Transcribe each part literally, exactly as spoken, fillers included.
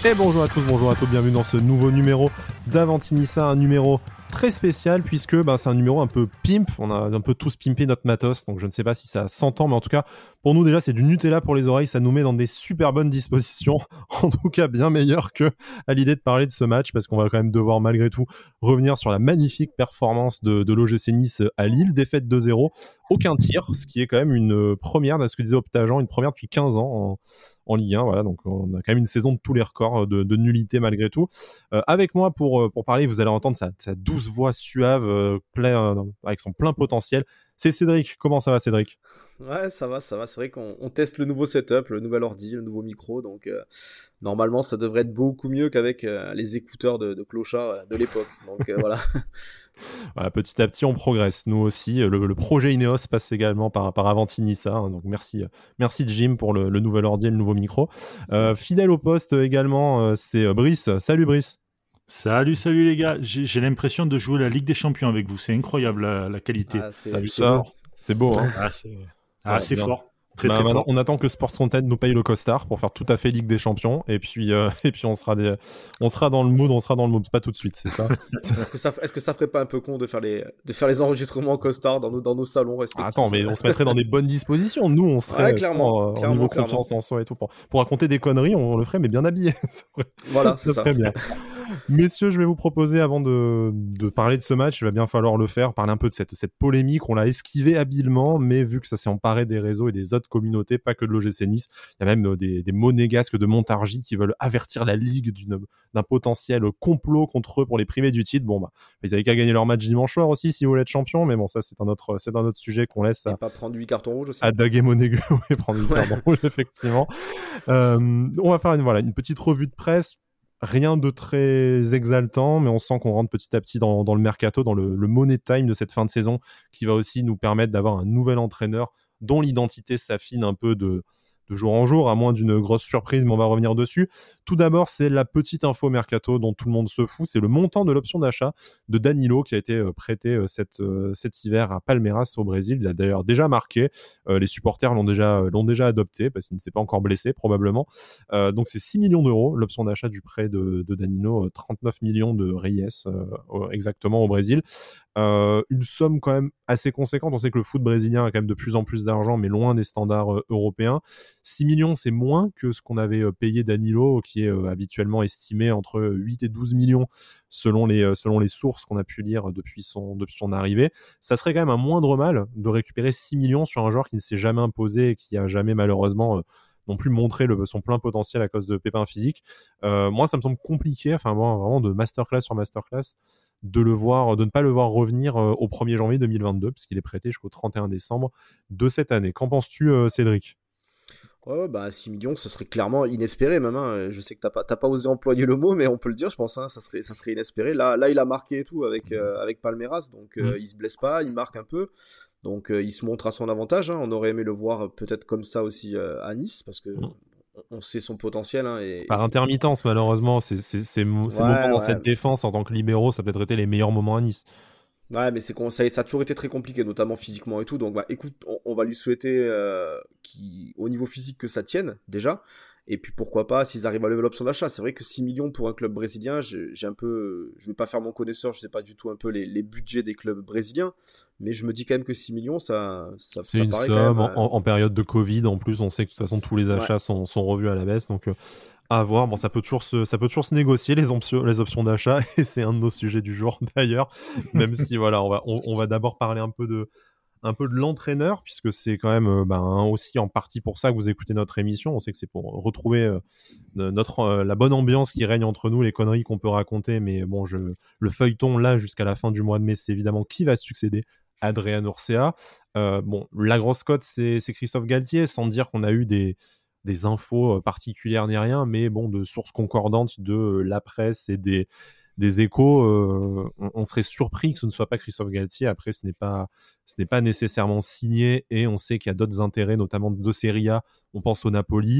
Et bonjour à tous, bonjour à tous, bienvenue dans ce nouveau numéro d'Avanti Niça, un numéro très spécial puisque bah, c'est un numéro un peu pimp, on a un peu tous pimpé notre matos, donc je ne sais pas si ça s'entend, mais en tout cas pour nous déjà c'est du Nutella pour les oreilles, ça nous met dans des super bonnes dispositions, en tout cas bien meilleur que à l'idée de parler de ce match parce qu'on va quand même devoir malgré tout revenir sur la magnifique performance de, de l'O G C Nice à Lille, défaite deux zéro, aucun tir, ce qui est quand même une première, dans ce que disait Optagen, une première depuis quinze ans en, en Ligue un, voilà, donc on a quand même une saison de tous les records de, de nullité malgré tout. Euh, avec moi pour, pour parler, vous allez entendre sa, sa douce voix suave, euh, plein, euh, avec son plein potentiel. C'est Cédric. Comment ça va, Cédric ? Ouais, ça va, ça va. C'est vrai qu'on on teste le nouveau setup, le nouvel ordi, le nouveau micro, donc euh, normalement ça devrait être beaucoup mieux qu'avec euh, les écouteurs de, de clochard euh, de l'époque. Donc euh, voilà. Voilà, petit à petit, on progresse. Nous aussi, le, le projet Ineos passe également par, par Avanti Niça. Hein, donc merci, merci Jim pour le, le nouvel ordi et le nouveau micro. Euh, fidèle au poste également, euh, c'est Brice. Salut Brice. Salut, salut les gars. J'ai, j'ai l'impression de jouer la Ligue des Champions avec vous. C'est incroyable la, la qualité. Ah, c'est, T'as vu c'est ça ? beau. C'est beau, hein ? Ah, c'est, ah, Voilà, c'est bien. fort. Très, Bah, très maintenant, fort. on attend que Sports Content nous paye le costard pour faire tout à fait Ligue des Champions et puis euh, et puis on sera des, on sera dans le mood, on sera dans le mood, pas tout de suite, c'est ça. Est-ce que ça, est-ce que ça ferait pas un peu con de faire les, de faire les enregistrements en costard dans nos, dans nos salons respectifs ? Attends, mais on se mettrait dans des bonnes dispositions. Nous, on serait Ouais, clairement, euh, clairement, au niveau clairement. confiance en soi et tout pour, pour raconter des conneries, on le ferait mais bien habillé. ça serait, Voilà, c'est ça ça. serait bien. Messieurs, je vais vous proposer, avant de, de parler de ce match, il va bien falloir le faire, parler un peu de cette, cette polémique. On l'a esquivé habilement, mais vu que ça s'est emparé des réseaux et des autres communautés, pas que de l'O G C Nice, il y a même des, des monégasques de Montargis qui veulent avertir la Ligue d'une, d'un potentiel complot contre eux pour les priver du titre. Bon, bah, ils avaient qu'à gagner leur match dimanche soir aussi s'ils voulaient être champions, mais bon, ça, c'est un autre, c'est un autre sujet qu'on laisse Et à, pas prendre huit cartons rouges aussi. à Daguet Monégue et prendre une carte rouge, effectivement. Euh, on va faire une, voilà, une petite revue de presse. Rien de très exaltant, mais on sent qu'on rentre petit à petit dans, dans le mercato, dans le, le money time de cette fin de saison, qui va aussi nous permettre d'avoir un nouvel entraîneur dont l'identité s'affine un peu de, de jour en jour, à moins d'une grosse surprise, mais on va revenir dessus. Tout d'abord, c'est la petite info mercato dont tout le monde se fout, c'est le montant de l'option d'achat de Danilo qui a été euh, prêté euh, cet, euh, cet hiver à Palmeiras au Brésil. Il a d'ailleurs déjà marqué, euh, les supporters l'ont déjà, l'ont déjà adopté parce qu'il ne s'est pas encore blessé probablement. Euh, donc c'est six millions d'euros l'option d'achat du prêt de, de Danilo, euh, trente-neuf millions de Reyes euh, exactement au Brésil. Euh, une somme quand même assez conséquente. On sait que le foot brésilien a quand même de plus en plus d'argent, mais loin des standards euh, européens. six millions, c'est moins que ce qu'on avait euh, payé Danilo, qui est euh, habituellement estimé entre huit et douze millions selon les, euh, selon les sources qu'on a pu lire depuis son, depuis son arrivée. Ça serait quand même un moindre mal de récupérer six millions sur un joueur qui ne s'est jamais imposé et qui a jamais malheureusement... Euh, non plus montrer le, son plein potentiel à cause de pépins physiques. Euh, moi, ça me semble compliqué, enfin bon, vraiment de masterclass sur masterclass, de le voir, de ne pas le voir revenir euh, au premier janvier deux mille vingt-deux, puisqu'il est prêté jusqu'au trente et un décembre de cette année. Qu'en penses-tu, euh, Cédric ? Ouais, bah six millions, ce serait clairement inespéré même. Hein. Je sais que t'as pas, t'as pas osé employer le mot, mais on peut le dire, je pense. Hein. Ça serait, ça serait inespéré. Là, là, il a marqué et tout avec, euh, avec Palmeiras, donc euh, Mm. il se blesse pas, il marque un peu. Donc euh, il se montre à son avantage. Hein. On aurait aimé le voir euh, peut-être comme ça aussi euh, à Nice, parce que Mm. on, on sait son potentiel. Hein, et, Par et... intermittence, malheureusement, c'est, c'est, c'est, mo- ces moments Ouais, dans ouais. cette défense en tant que libéraux, ça a peut-être été les meilleurs moments à Nice. Ouais, mais c'est con- ça, ça a toujours été très compliqué, notamment physiquement et tout. Donc, bah, écoute, on, on va lui souhaiter euh, qui, au niveau physique que ça tienne déjà. Et puis pourquoi pas s'ils arrivent à lever l'option d'achat. C'est vrai que six millions pour un club brésilien, j'ai j'ai un peu, je vais pas faire mon connaisseur, je sais pas du tout un peu les, les budgets des clubs brésiliens, mais je me dis quand même que six millions, ça, ça, C'est ça une paraît quand somme même. en, euh, en- en période de Covid. En plus, on sait que de toute façon, tous les Ouais. achats sont, sont revus à la baisse. Donc, euh, à voir. Bon, ça peut toujours se, ça peut toujours se négocier les options, les options d'achat. Et c'est un de nos sujets du jour d'ailleurs. Même si, voilà, on va, on, on va d'abord parler un peu de, un peu de l'entraîneur, puisque c'est quand même euh, ben, aussi en partie pour ça que vous écoutez notre émission. On sait que c'est pour retrouver euh, notre, euh, la bonne ambiance qui règne entre nous, les conneries qu'on peut raconter. Mais bon, je, le feuilleton là jusqu'à la fin du mois de mai, c'est évidemment qui va succéder à Adrian Urcea. Euh, bon, la grosse cote, c'est, c'est Christophe Galtier, sans dire qu'on a eu des, des infos particulières ni rien, mais bon, de sources concordantes de euh, la presse et des, des échos, euh, on, on serait surpris que ce ne soit pas Christophe Galtier. Après, ce n'est pas, ce n'est pas nécessairement signé et on sait qu'il y a d'autres intérêts, notamment de Serie A. On pense au Napoli.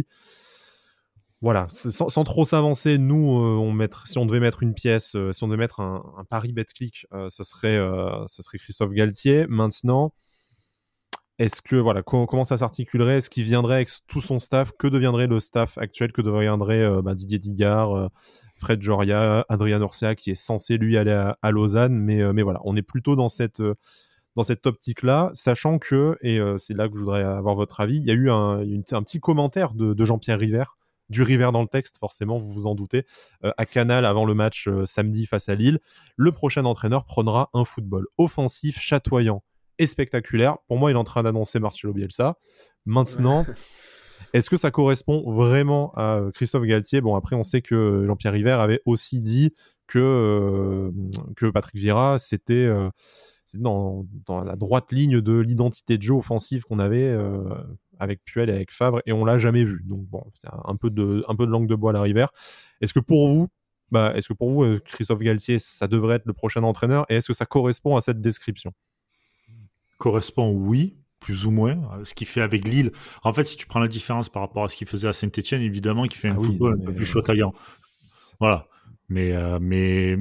Voilà, sans, sans trop s'avancer, nous, euh, on mettre, si on devait mettre une pièce, euh, si on devait mettre un, un pari BetClick, euh, ça serait, euh, ça serait Christophe Galtier. Maintenant, est-ce que voilà, co- comment ça s'articulerait? Est-ce qu'il viendrait avec tout son staff? Que deviendrait le staff actuel? Que deviendrait euh, bah, Didier Digard, euh, Fred Joria, Adrien Orcea, qui est censé lui aller à, à Lausanne, mais euh, mais voilà, on est plutôt dans cette euh, dans cette optique-là, sachant que, et euh, c'est là que je voudrais avoir votre avis, il y a eu un, une- un petit commentaire de, de Jean-Pierre River, du River dans le texte, forcément, vous vous en doutez, euh, à Canal avant le match euh, samedi face à Lille. Le prochain entraîneur prendra un football offensif, chatoyant et spectaculaire. Pour moi, il est en train d'annoncer Marcelo Bielsa. Maintenant, est-ce que ça correspond vraiment à Christophe Galtier? Bon, après, on sait que Jean-Pierre River avait aussi dit que, euh, que Patrick Vieira, c'était... euh, c'est dans, dans la droite ligne de l'identité de jeu offensive qu'on avait euh, avec Puel et avec Favre, et on l'a jamais vu. Donc bon, c'est un, un peu de un peu de langue de bois à la Rivière. Est-ce que pour vous, bah, est-ce que pour vous, euh, Christophe Galtier, ça devrait être le prochain entraîneur, et est-ce que ça correspond à cette description? Correspond, oui, plus ou moins. Euh, Ce qu'il fait avec Lille. En fait, si tu prends la différence par rapport à ce qu'il faisait à Saint-Etienne, évidemment qu'il fait un Ah oui, football un mais, peu plus euh, chatoyant. Voilà. Mais, euh, mais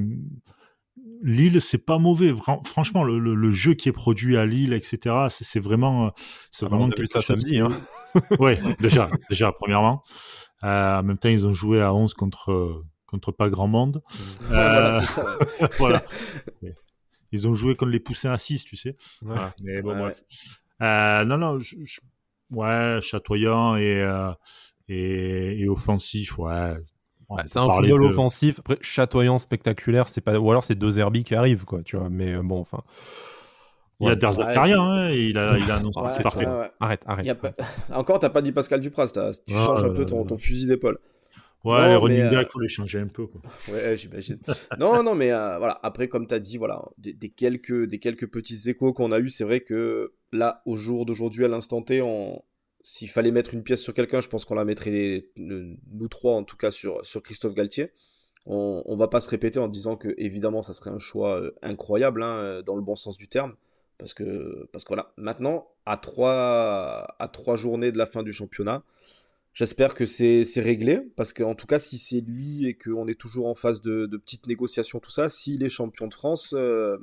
Lille, c'est pas mauvais. Vra- franchement, le, le- le jeu qui est produit à Lille, et cetera, c'est, c'est vraiment, euh, c'est ah bah, vraiment on a vu quelque ça chose samedi. qui Hein. est- Ouais, déjà, déjà, premièrement. Euh, en même temps, ils ont joué à onze contre, euh, contre pas grand monde. Ouais, voilà, Euh, c'est ça. Ouais. voilà. Ils ont joué contre les poussins à six, tu sais. Ouais. Voilà. Mais bon, Ouais, bref. Euh, non, non, je, je- ouais, chatoyant et, euh, et, et offensif, ouais. On Bah, peut c'est un parler football de... offensif, après, chatoyant, spectaculaire, c'est pas, ou alors c'est deux Herbie qui arrivent, quoi, tu vois. Mais euh, bon, enfin, Il y a ouais. ouais, Derzakarian, hein, et il a, il a annoncé Ah, qu'il ouais, partait. ouais, ouais. arrête, Il arrête. y a pas... Encore, t'as pas dit Pascal Dupraz, t'as- tu Ah, changes un peu euh, ton, ton fusil d'épaule. Ouais, les Non, mais running euh, backs, faut les changer un peu, quoi. ouais, j'imagine. Non, non, mais euh, voilà. Après, comme t'as dit, voilà, des, des quelques, des quelques petits échos qu'on a eu, c'est vrai que là, au jour d'aujourd'hui, à l'instant T, on... s'il fallait mettre une pièce sur quelqu'un, je pense qu'on la mettrait euh, nous trois, en tout cas, sur, sur Christophe Galtier. On, on va pas se répéter en disant que évidemment, ça serait un choix euh, incroyable, hein, euh, dans le bon sens du terme, parce que, parce que voilà. Maintenant, à trois, à trois journées de la fin du championnat. J'espère que c'est c'est réglé, parce qu'en tout cas, si c'est lui et qu'on est toujours en phase de, de petites négociations, tout ça, s'il est champion de France, euh,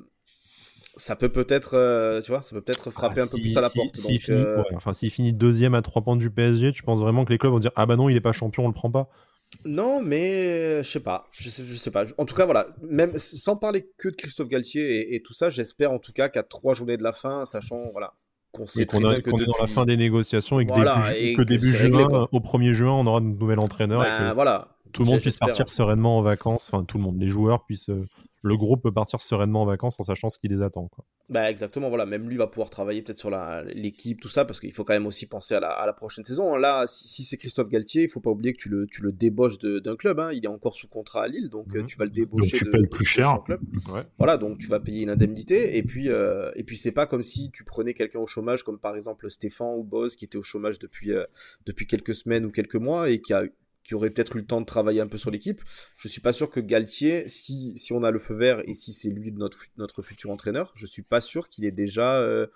ça peut peut-être, euh, tu vois, ça peut peut-être Ah, frapper un peu plus si, à la si, porte. s'il Donc, finit, euh, ouais, enfin, s'il finit deuxième à trois points du P S G, tu penses vraiment que les clubs vont dire ah bah non, il est pas champion, on le prend pas? non, mais euh, je sais pas, je sais, je sais pas. En tout cas, voilà, même sans parler que de Christophe Galtier et, et tout ça, j'espère en tout cas qu'à trois journées de la fin, sachant, voilà, qu'on Oui, sait qu'on très a- bien que qu'on est dans la fin depuis, des négociations et que début, voilà, ju- que et que début c'est réglé, juin, quoi. au premier juin, on aura de nouvel entraîneur et que Ben voilà, tout le monde puisse j'espère. partir sereinement en vacances, enfin tout le monde, les joueurs puissent, euh, le groupe peut partir sereinement en vacances en sachant ce qui les attend, quoi. Bah exactement, voilà, même lui va pouvoir travailler peut-être sur la, l'équipe, tout ça, parce qu'il faut quand même aussi penser à la, à la prochaine saison. Là, si, si c'est Christophe Galtier, il faut pas oublier que tu le, tu le débauches de- d'un club, hein. Il est encore sous contrat à Lille, donc euh, Mhm. tu vas le Donc débaucher tu de, payes de- plus de cher. son club. Ouais. Voilà, donc tu vas payer une indemnité, et puis, euh, et puis c'est pas comme si tu prenais quelqu'un au chômage, comme par exemple Stéphane ou Boz, qui était au chômage depuis, euh, depuis quelques semaines ou quelques mois, et qui a qui aurait peut-être eu le temps de travailler un peu sur l'équipe. Je suis pas sûr que Galtier, si, si on a le feu vert et si c'est lui notre, notre futur entraîneur, je suis pas sûr qu'il ait déjà euh,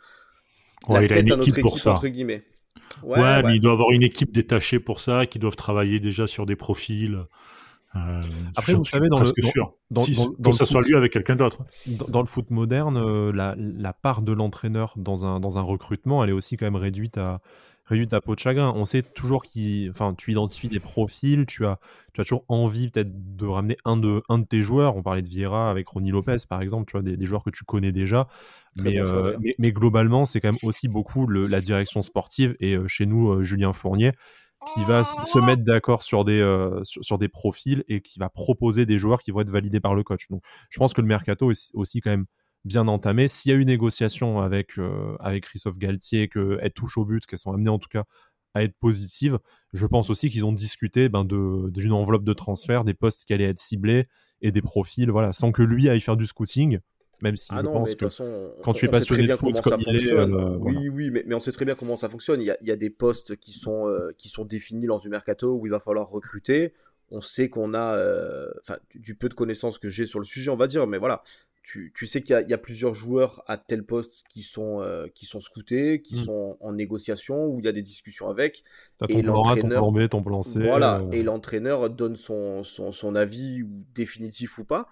la Ouais, il a une tête à notre équipe pour équipe, ça. entre guillemets. Ouais, Ouais, mais ouais. il doit avoir une équipe détachée pour ça, qui doivent travailler déjà sur des profils. Euh, Après, j'en vous suis savez, dans le, presque dans, sûr. dans, Si, dans, dans que le ça soit foot, lui avec quelqu'un d'autre. dans, dans le foot moderne, euh, la, la part de l'entraîneur dans un, dans un recrutement, elle est aussi quand même réduite à, réduite à peau de chagrin. On sait toujours qu'il, enfin, tu identifies des profils, tu as, tu as toujours envie peut-être de ramener un de, un de tes joueurs. On parlait de Vieira avec Ronny Lopez, par exemple, tu vois, des, des joueurs que tu connais déjà. Très Mais, bon choix euh, d'ailleurs. mais, mais globalement, c'est quand même aussi beaucoup le- la direction sportive. Et euh, chez nous, euh, Julien Fournier, qui va s- se mettre d'accord sur des, euh, sur, sur des profils et qui va proposer des joueurs qui vont être validés par le coach. Donc, je pense que le mercato est aussi quand même bien entamé. S'il y a eu négociation avec, euh, avec Christophe Galtier, qu'elles touchent au but, qu'elles sont amenées en tout cas à être positives, je pense aussi qu'ils ont discuté ben, de, d'une enveloppe de transfert, des postes qui allaient être ciblés et des profils, voilà, sans que lui aille faire du scouting, même si Ah je non, mais pense de que toute façon, quand on, tu es on sait très passionné de bien foot comment comme ça il est, fonctionne. euh, voilà. Oui, oui, mais, mais on sait très bien comment ça fonctionne. Il y a, il y a des postes qui sont, euh, qui sont définis lors du mercato où il va falloir recruter. On sait qu'on a, euh, enfin, du, du peu de connaissances que j'ai sur le sujet, on va dire, mais voilà. Tu, tu sais qu'il y a, il y a plusieurs joueurs à tel poste qui sont, euh, qui sont scoutés, qui Mm. sont en négociation, où il y a des discussions avec. T'as Et ton plan A, ton plan l'entraîneur, B, ton plan C. voilà, euh, et l'entraîneur donne son, son, son avis, ou définitif ou pas.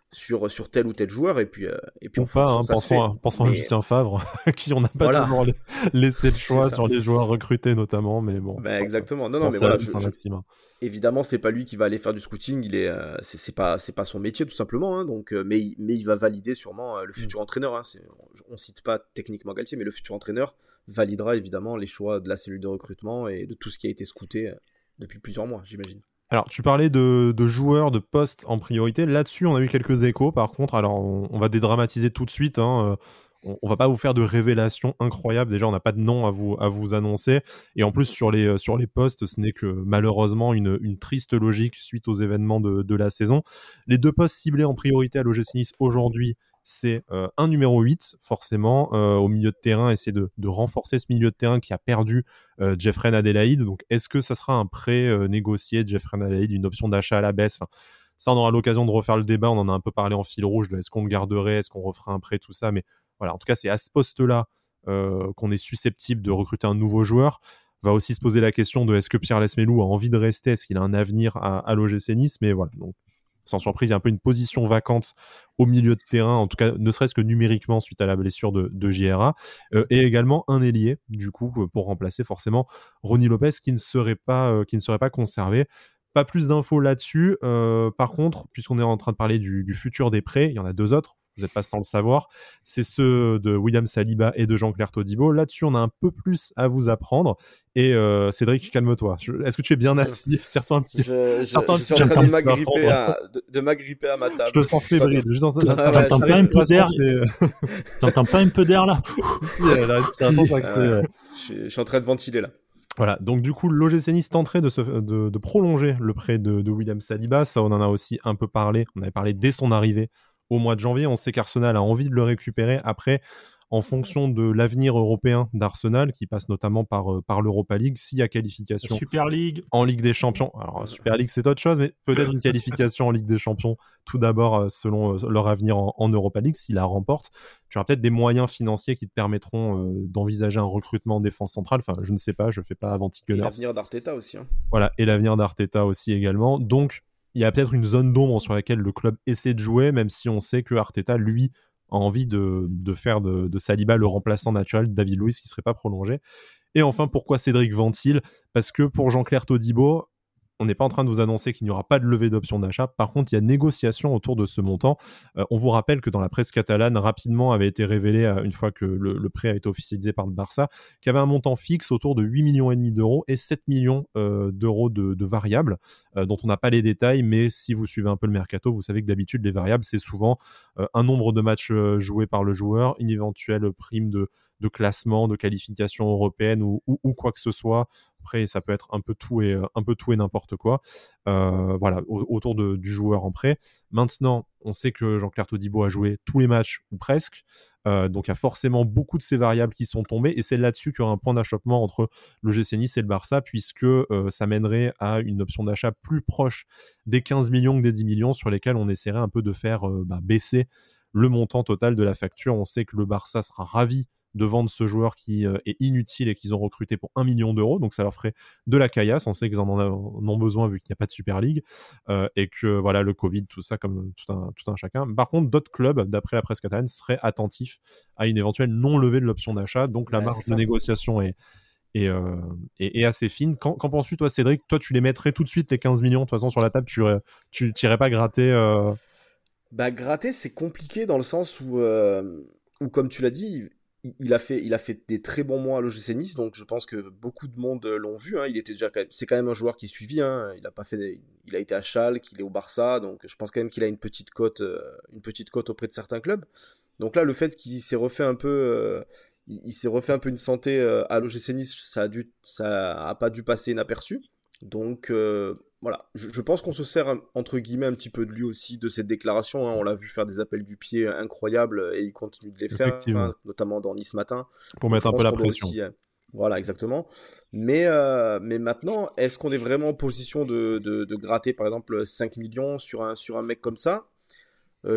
sur, sur tel ou tel joueur, et puis, euh, et puis Ou en pas, fonction, hein, ça se fait. pensons, à, pensons à Mais Lucien Favre, qui on n'a pas voilà, toujours laissé le c'est choix ça. sur les joueurs recrutés notamment, mais bon. Ben, exactement. Non, non, mais Pensez à voilà, Lille je, je- Saint-Maximin. évidemment, c'est pas lui qui va aller faire du scouting, il est, euh, c'est c'est pas, c'est pas son métier tout simplement, hein, donc, euh, mais, il- mais il va valider sûrement euh, le futur entraîneur. Hein, c'est- on, on cite pas techniquement Galtier, mais le futur entraîneur validera évidemment les choix de la cellule de recrutement et de tout ce qui a été scouté euh, depuis plusieurs mois, j'imagine. Alors, tu parlais de, de joueurs, de postes en priorité. Là-dessus, on a eu quelques échos. Par contre, alors, on, on va dédramatiser tout de suite. Hein. Euh, On, on va pas vous faire de révélations incroyables. Déjà, on n'a pas de nom à vous, à vous annoncer. Et en plus, sur les, euh, sur les postes, ce n'est que malheureusement une, une triste logique suite aux événements de, de la saison. Les deux postes ciblés en priorité à l'O G C Nice aujourd'hui, c'est euh, un numéro huit, forcément, euh, au milieu de terrain, essayer de, de renforcer ce milieu de terrain qui a perdu euh, Jeffrey Adélaïde. Donc, est-ce que ça sera un prêt euh, négocié de Jeffrey Adélaïde, une option d'achat à la baisse? Enfin, ça, on aura l'occasion de refaire le débat. On en a un peu parlé en fil rouge de est-ce qu'on le garderait, est-ce qu'on referait un prêt, tout ça. Mais voilà, en tout cas, c'est à ce poste-là euh, qu'on est susceptible de recruter un nouveau joueur. Va aussi se poser la question de est-ce que Pierre Lesmelou a envie de rester, est-ce qu'il a un avenir à, à l'O G C Nice? Mais voilà, donc sans surprise, il y a un peu une position vacante au milieu de terrain, en tout cas, ne serait-ce que numériquement suite à la blessure de, de J R A, euh, et également un ailier, du coup, pour remplacer forcément Ronny Lopez, qui ne serait pas, euh, qui ne serait pas conservé. Pas plus d'infos là-dessus. Euh, par contre, puisqu'on est en train de parler du, du futur des prêts, il y en a deux autres, vous n'êtes pas sans le savoir, c'est ceux de William Saliba et de Jean-Claire Todibo. Là-dessus, on a un peu plus à vous apprendre. Et euh, Cédric, calme-toi. Je... Est-ce que tu es bien assis? Certains petits. Je, je, Certains je suis petits en train de jumps m'agripper à à, de, de m'agripper à ma table. Je te sens fébrile. Juste en... Ouais, ouais, T'entends pas un peu d'air T'entends pas un peu d'air là? Si, si, la respiration s'accélère. Ouais, je, suis, je suis en train de ventiler là. Voilà, donc du coup, l'O G C Nice tenterait de, se, de, de prolonger le prêt de, de William Saliba. Ça, on en a aussi un peu parlé. On avait parlé dès son arrivée au mois de janvier. On sait qu'Arsenal a envie de le récupérer. Après, en fonction de l'avenir européen d'Arsenal, qui passe notamment par, euh, par l'Europa League, s'il y a qualification Super League en Ligue des Champions. Alors, Super League, c'est autre chose, mais peut-être une qualification en Ligue des Champions, tout d'abord, euh, selon euh, leur avenir en, en Europa League, s'ils la remportent. Tu auras peut-être des moyens financiers qui te permettront euh, d'envisager un recrutement en défense centrale. Enfin, je ne sais pas, je ne fais pas avant-Gunners. Et l'avenir d'Arteta aussi. Hein. Voilà, et l'avenir d'Arteta aussi également. Donc, il y a peut-être une zone d'ombre sur laquelle le club essaie de jouer, même si on sait que Arteta, lui, a envie de, de faire de, de Saliba le remplaçant naturel de David Luiz qui ne serait pas prolongé. Et enfin, pourquoi Cédric ventile? Parce que pour Jean-Claire Todibo, on n'est pas en train de vous annoncer qu'il n'y aura pas de levée d'option d'achat. Par contre, il y a négociation autour de ce montant. Euh, on vous rappelle que dans la presse catalane, rapidement avait été révélé, euh, une fois que le, le prêt a été officialisé par le Barça, qu'il y avait un montant fixe autour de huit virgule cinq millions d'euros et sept millions euh, d'euros de, de variables, euh, dont on n'a pas les détails, mais si vous suivez un peu le mercato, vous savez que d'habitude, les variables, c'est souvent euh, un nombre de matchs euh, joués par le joueur, une éventuelle prime de, de classement, de qualification européenne ou, ou, ou quoi que ce soit. Après, ça peut être un peu tout et, un peu tout et n'importe quoi. Euh, voilà, au, autour de, du joueur en prêt. Maintenant, on sait que Jean-Claire Todibo a joué tous les matchs, ou presque. Euh, donc, il y a forcément beaucoup de ces variables qui sont tombées. Et c'est là-dessus qu'il y aura un point d'achoppement entre le G C Nice et le Barça, puisque euh, ça mènerait à une option d'achat plus proche des quinze millions que des dix millions, sur lesquels on essaierait un peu de faire euh, bah, baisser le montant total de la facture. On sait que le Barça sera ravi de vendre ce joueur qui euh, est inutile et qu'ils ont recruté pour un million d'euros, donc ça leur ferait de la caillasse. On sait qu'ils en, en ont besoin vu qu'il n'y a pas de Super League euh, et que voilà, le Covid, tout ça, comme tout un, tout un chacun. Par contre, d'autres clubs, d'après la presse catalane, seraient attentifs à une éventuelle non-levée de l'option d'achat, donc la ouais, marge de négociation est, est, euh, est, est assez fine. Qu'en, qu'en penses-tu, toi, Cédric? Toi, tu les mettrais tout de suite, les quinze millions, de toute façon, sur la table, tu n'irais pas gratter euh... Bah, gratter, c'est compliqué dans le sens où, euh, où comme tu l'as dit, il a fait, il a fait des très bons mois à l'O G C Nice, donc je pense que beaucoup de monde l'ont vu. Hein. Il était déjà, quand même, c'est quand même un joueur qui est suivi. Hein. Il a pas fait, des, il a été à Schalke, il est au Barça, donc je pense quand même qu'il a une petite cote, euh, une petite cote auprès de certains clubs. Donc là, le fait qu'il s'est refait un peu, euh, il, il s'est refait un peu une santé euh, à l'O G C Nice, ça a dû, ça a pas dû passer inaperçu. Donc euh, voilà, je, je pense qu'on se sert entre guillemets un petit peu de lui aussi, de cette déclaration. Hein. On l'a vu faire des appels du pied incroyables et il continue de les faire, hein, notamment dans Nice Matin. Pour mettre un peu la pression. Aussi, euh, voilà, exactement. Mais, euh, mais maintenant, est-ce qu'on est vraiment en position de, de, de gratter par exemple cinq millions sur un, sur un mec comme ça? euh, je,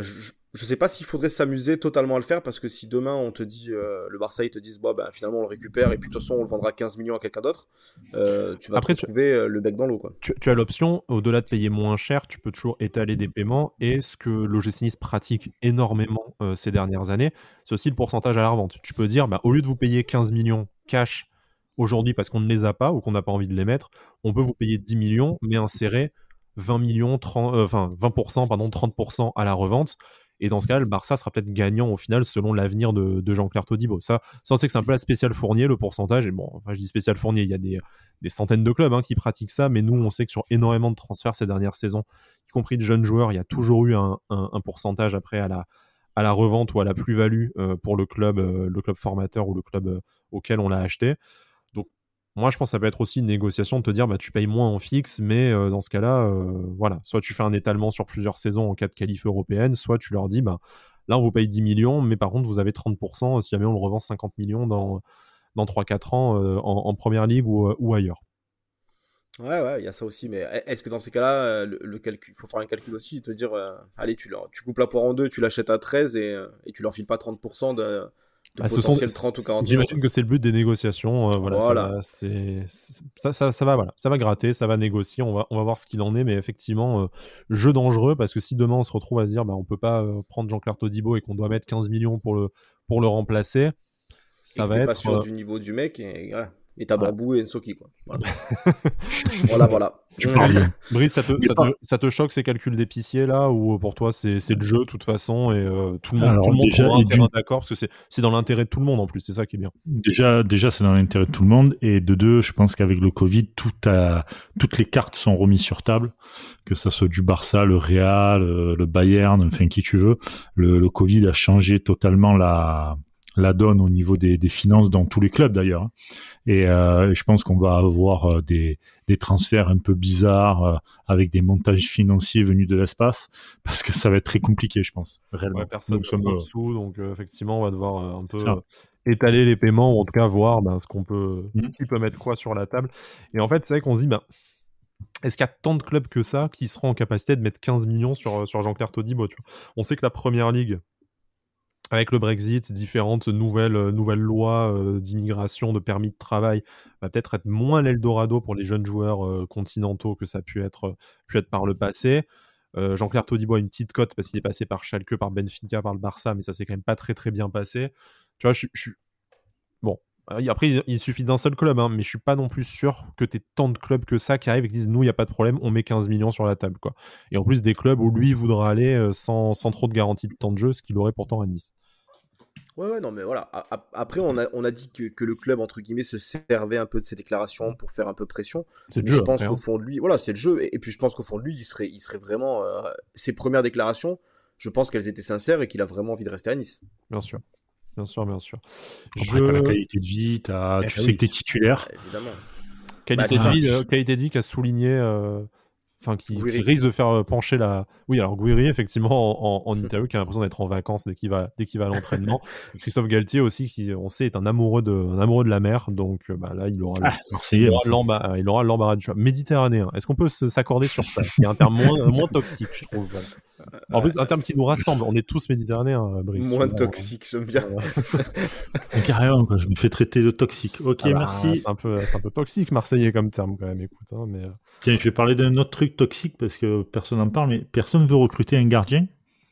je sais pas s'il faudrait s'amuser totalement à le faire, parce que si demain on te dit, euh, le Barça, ils te disent, bon, ben, finalement on le récupère et puis de toute façon on le vendra quinze millions à quelqu'un d'autre, euh, tu vas Après, te retrouver tu... le bec dans l'eau, quoi. Tu, tu as l'option, au-delà de payer moins cher, tu peux toujours étaler des paiements, et ce que l'O G C Nice pratique énormément euh, ces dernières années, c'est aussi le pourcentage à la revente. Tu peux dire, bah, au lieu de vous payer quinze millions cash aujourd'hui parce qu'on ne les a pas ou qu'on n'a pas envie de les mettre, on peut vous payer dix millions, mais insérer vingt millions, trente, euh, enfin vingt pour cent, pardon, trente pour cent à la revente. Et dans ce cas, le Barça sera peut-être gagnant au final selon l'avenir de, de Jean-Claire Todibo. Ça, ça, on sait que c'est un peu la spéciale Fournier, le pourcentage. Et bon, enfin, je dis spéciale Fournier, il y a des, des centaines de clubs hein, qui pratiquent ça, mais nous, on sait que sur énormément de transferts ces dernières saisons, y compris de jeunes joueurs, il y a toujours eu un, un, un pourcentage après à la, à la revente ou à la plus-value euh, pour le club, euh, le club formateur ou le club euh, auquel on l'a acheté. Donc, moi, je pense que ça peut être aussi une négociation de te dire, bah, tu payes moins en fixe, mais euh, dans ce cas-là, euh, voilà, soit tu fais un étalement sur plusieurs saisons en cas de qualif européenne, soit tu leur dis, bah, là, on vous paye dix millions, mais par contre, vous avez trente pour cent si jamais on le revend cinquante millions dans, dans trois quatre ans euh, en, en première ligue ou, euh, ou ailleurs. Ouais, ouais, il y a ça aussi, mais est-ce que dans ces cas-là, le, le calcul, faut faire un calcul aussi et te dire, euh, allez, tu, leur, tu coupes la poire en deux, tu l'achètes à treize et, euh, et tu leur files pas trente pour cent de. De ah, potentiel sont, trente ou quarante. J'imagine que c'est le but des négociations. Euh, voilà, voilà. Ça, va, c'est, c'est, ça, ça, ça, va, voilà, ça va gratter, ça va négocier. On va, on va voir ce qu'il en est, mais effectivement, euh, jeu dangereux parce que si demain on se retrouve à se dire, bah, on peut pas euh, prendre Jean-Claire Todibo et qu'on doit mettre quinze millions pour le, pour le remplacer, ça et va que t'es être. pas sûr euh... du niveau du mec et voilà. Et t'as voilà. Bambou et Nsoki, quoi. Voilà, voilà. voilà. Tu parles. Brice, ça te, ça, te, ça te choque ces calculs d'épicier là, ou pour toi c'est, c'est le jeu de toute façon et euh, tout le monde, Alors, tout le monde déjà, un terrain d'accord parce que c'est, c'est dans l'intérêt de tout le monde en plus, c'est ça qui est bien. Déjà, déjà c'est dans l'intérêt de tout le monde, et de deux, je pense qu'avec le Covid, tout a, toutes les cartes sont remises sur table, que ça soit du Barça, le Real, le Bayern, enfin qui tu veux. Le, le Covid a changé totalement la la donne au niveau des, des finances dans tous les clubs d'ailleurs. Et euh, je pense qu'on va avoir des, des transferts un peu bizarres euh, avec des montages financiers venus de l'espace, parce que ça va être très compliqué, je pense. Réellement. Ouais, personne ne trouve dessous, donc euh, effectivement, on va devoir euh, un peu euh, étaler les paiements, ou en tout cas voir ben, ce qu'on peut, mmh. qui peut mettre quoi sur la table. Et en fait, c'est vrai qu'on se dit, ben, est-ce qu'il y a tant de clubs que ça qui seront en capacité de mettre quinze millions sur, sur Jean-Claire Todibo, tu vois. On sait que la première ligue, avec le Brexit, différentes nouvelles, euh, nouvelles lois euh, d'immigration, de permis de travail, va peut-être être moins l'Eldorado pour les jeunes joueurs euh, continentaux que ça a pu être, pu être par le passé. Euh, Jean-Claire Todibo a une petite cote parce qu'il est passé par Schalke, par Benfica, par le Barça, mais ça s'est quand même pas très très bien passé. Tu vois, je suis... Bon, après, il suffit d'un seul club, hein, mais je suis pas non plus sûr que tu aies tant de clubs que ça qui arrivent et qui disent, nous, il n'y a pas de problème, on met quinze millions sur la table, quoi. Et en plus, des clubs où lui voudra aller euh, sans, sans trop de garantie de temps de jeu, ce qu'il aurait pourtant à Nice. Ouais, ouais, non, mais voilà. Après, on a, on a dit que, que le club, entre guillemets, se servait un peu de ses déclarations pour faire un peu pression. C'est le mais jeu. Je pense après, qu'au hein. fond de lui, voilà, c'est le jeu. Et, et puis, je pense qu'au fond de lui, il serait, il serait vraiment. Euh, ses premières déclarations, je pense qu'elles étaient sincères et qu'il a vraiment envie de rester à Nice. Bien sûr. Bien sûr, bien sûr. Après, je... t'as la qualité de vie, t'as... Eh tu ben sais oui. que t'es titulaire. Bah, évidemment. Qualité, bah, de vie, euh, qualité de vie qu'a souligné. Euh... Enfin, qui, qui risque de faire pencher la. Oui, alors Gouiri, effectivement, en, en, en interview, qui a l'impression d'être en vacances dès qu'il va, dès qu'il va à l'entraînement. Christophe Galtier aussi, qui, on sait, est un amoureux de, un amoureux de la mer. Donc bah, là, il aura, le, ah, il, aura l'embarras, il aura l'embarras du choix. Méditerranéen, est-ce qu'on peut se, s'accorder sur ça? C'est un terme moins, moins toxique, je trouve. Voilà. En plus, un terme qui nous rassemble. On est tous méditerranéens, Brice. Moins toxique, j'aime bien. Carrément, quoi. Je me fais traiter de toxique. Ok, ah bah, merci. C'est un, peu, c'est un peu toxique, marseillais, comme terme, quand même. Écoute, hein, mais... Tiens, je vais parler d'un autre truc toxique parce que personne n'en parle, mais personne ne veut recruter un gardien.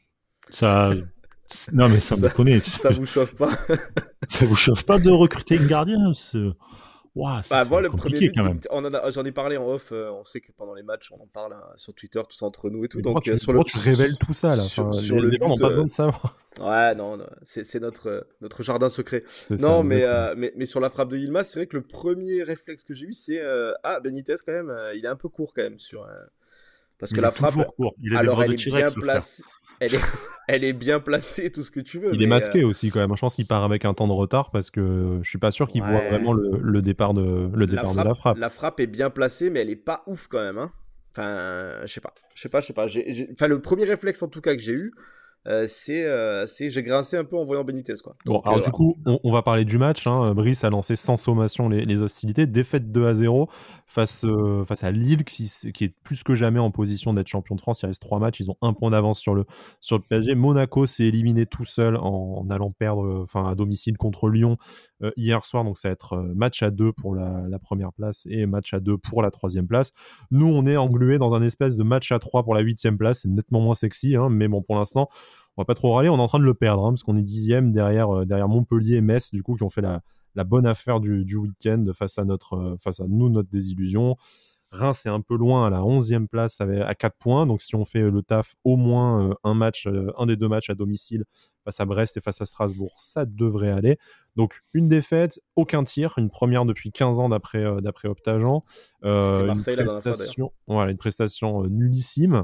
Ça. Non, mais ça, ça me connaît. Ça vous chauffe pas? Ça vous chauffe pas de recruter un gardien? C'est... Wow, c'est, bah, c'est moi, le compliqué premier but, quand même. On en a, j'en ai parlé en off. Euh, on sait que pendant les matchs, on en parle hein, sur Twitter, tout ça entre nous et tout. Mais donc, tu, euh, sur le, tu révèles tout ça là. Sur, enfin, sur les, le les gens n'ont pas besoin de savoir. Ouais, non, non c'est, c'est notre, notre jardin secret. C'est non, ça, mais, euh, mais, mais sur la frappe de Yilmaz, c'est vrai que le premier réflexe que j'ai eu, c'est euh, ah, Benitez, quand même, euh, il est un peu court quand même. Sur, euh, parce que il la frappe. Court. Il a alors, des elle est T-Rex, bien placée. Elle est, elle est bien placée, tout ce que tu veux. Il mais est masqué euh... aussi quand même. Je pense qu'il part avec un temps de retard parce que je suis pas sûr qu'il ouais. voit vraiment le, le départ, de, le départ la frappe, de la frappe. La frappe est bien placée, mais elle est pas ouf quand même. Hein. Enfin, je sais pas, je sais pas, je sais pas. J'ai, j'ai... Enfin, le premier réflexe en tout cas que j'ai eu, euh, c'est, euh, c'est, j'ai grincé un peu en voyant Benitez, quoi. Bon, Donc, alors euh, du voilà. coup, on, on va parler du match. Hein. Brice a lancé sans sommation les, les hostilités. Défaite deux à zéro face, euh, face à Lille, qui, qui est plus que jamais en position d'être champion de France. Il reste trois matchs. Ils ont un point d'avance sur le, sur le P S G. Monaco s'est éliminé tout seul en, en allant perdre enfin, à domicile contre Lyon euh, hier soir. Donc ça va être euh, match à deux pour la, la première place et match à deux pour la troisième place. Nous, on est englués dans un espèce de match à trois pour la huitième place. C'est nettement moins sexy, hein, mais bon, pour l'instant, on va pas trop râler, on est en train de le perdre, hein, parce qu'on est dixième derrière, euh, derrière Montpellier et Metz, du coup, qui ont fait la, la bonne affaire du, du week-end face à, notre, euh, face à nous, notre désillusion. Reims est un peu loin à la onzième place avec, à quatre points, donc si on fait le taf, au moins euh, un match, euh, un des deux matchs à domicile face à Brest et face à Strasbourg, ça devrait aller. Donc une défaite, aucun tir, une première depuis quinze ans d'après, euh, d'après Optagent. Euh, C'était Marseille une la dernière fois, prestation, voilà, une prestation euh, nullissime,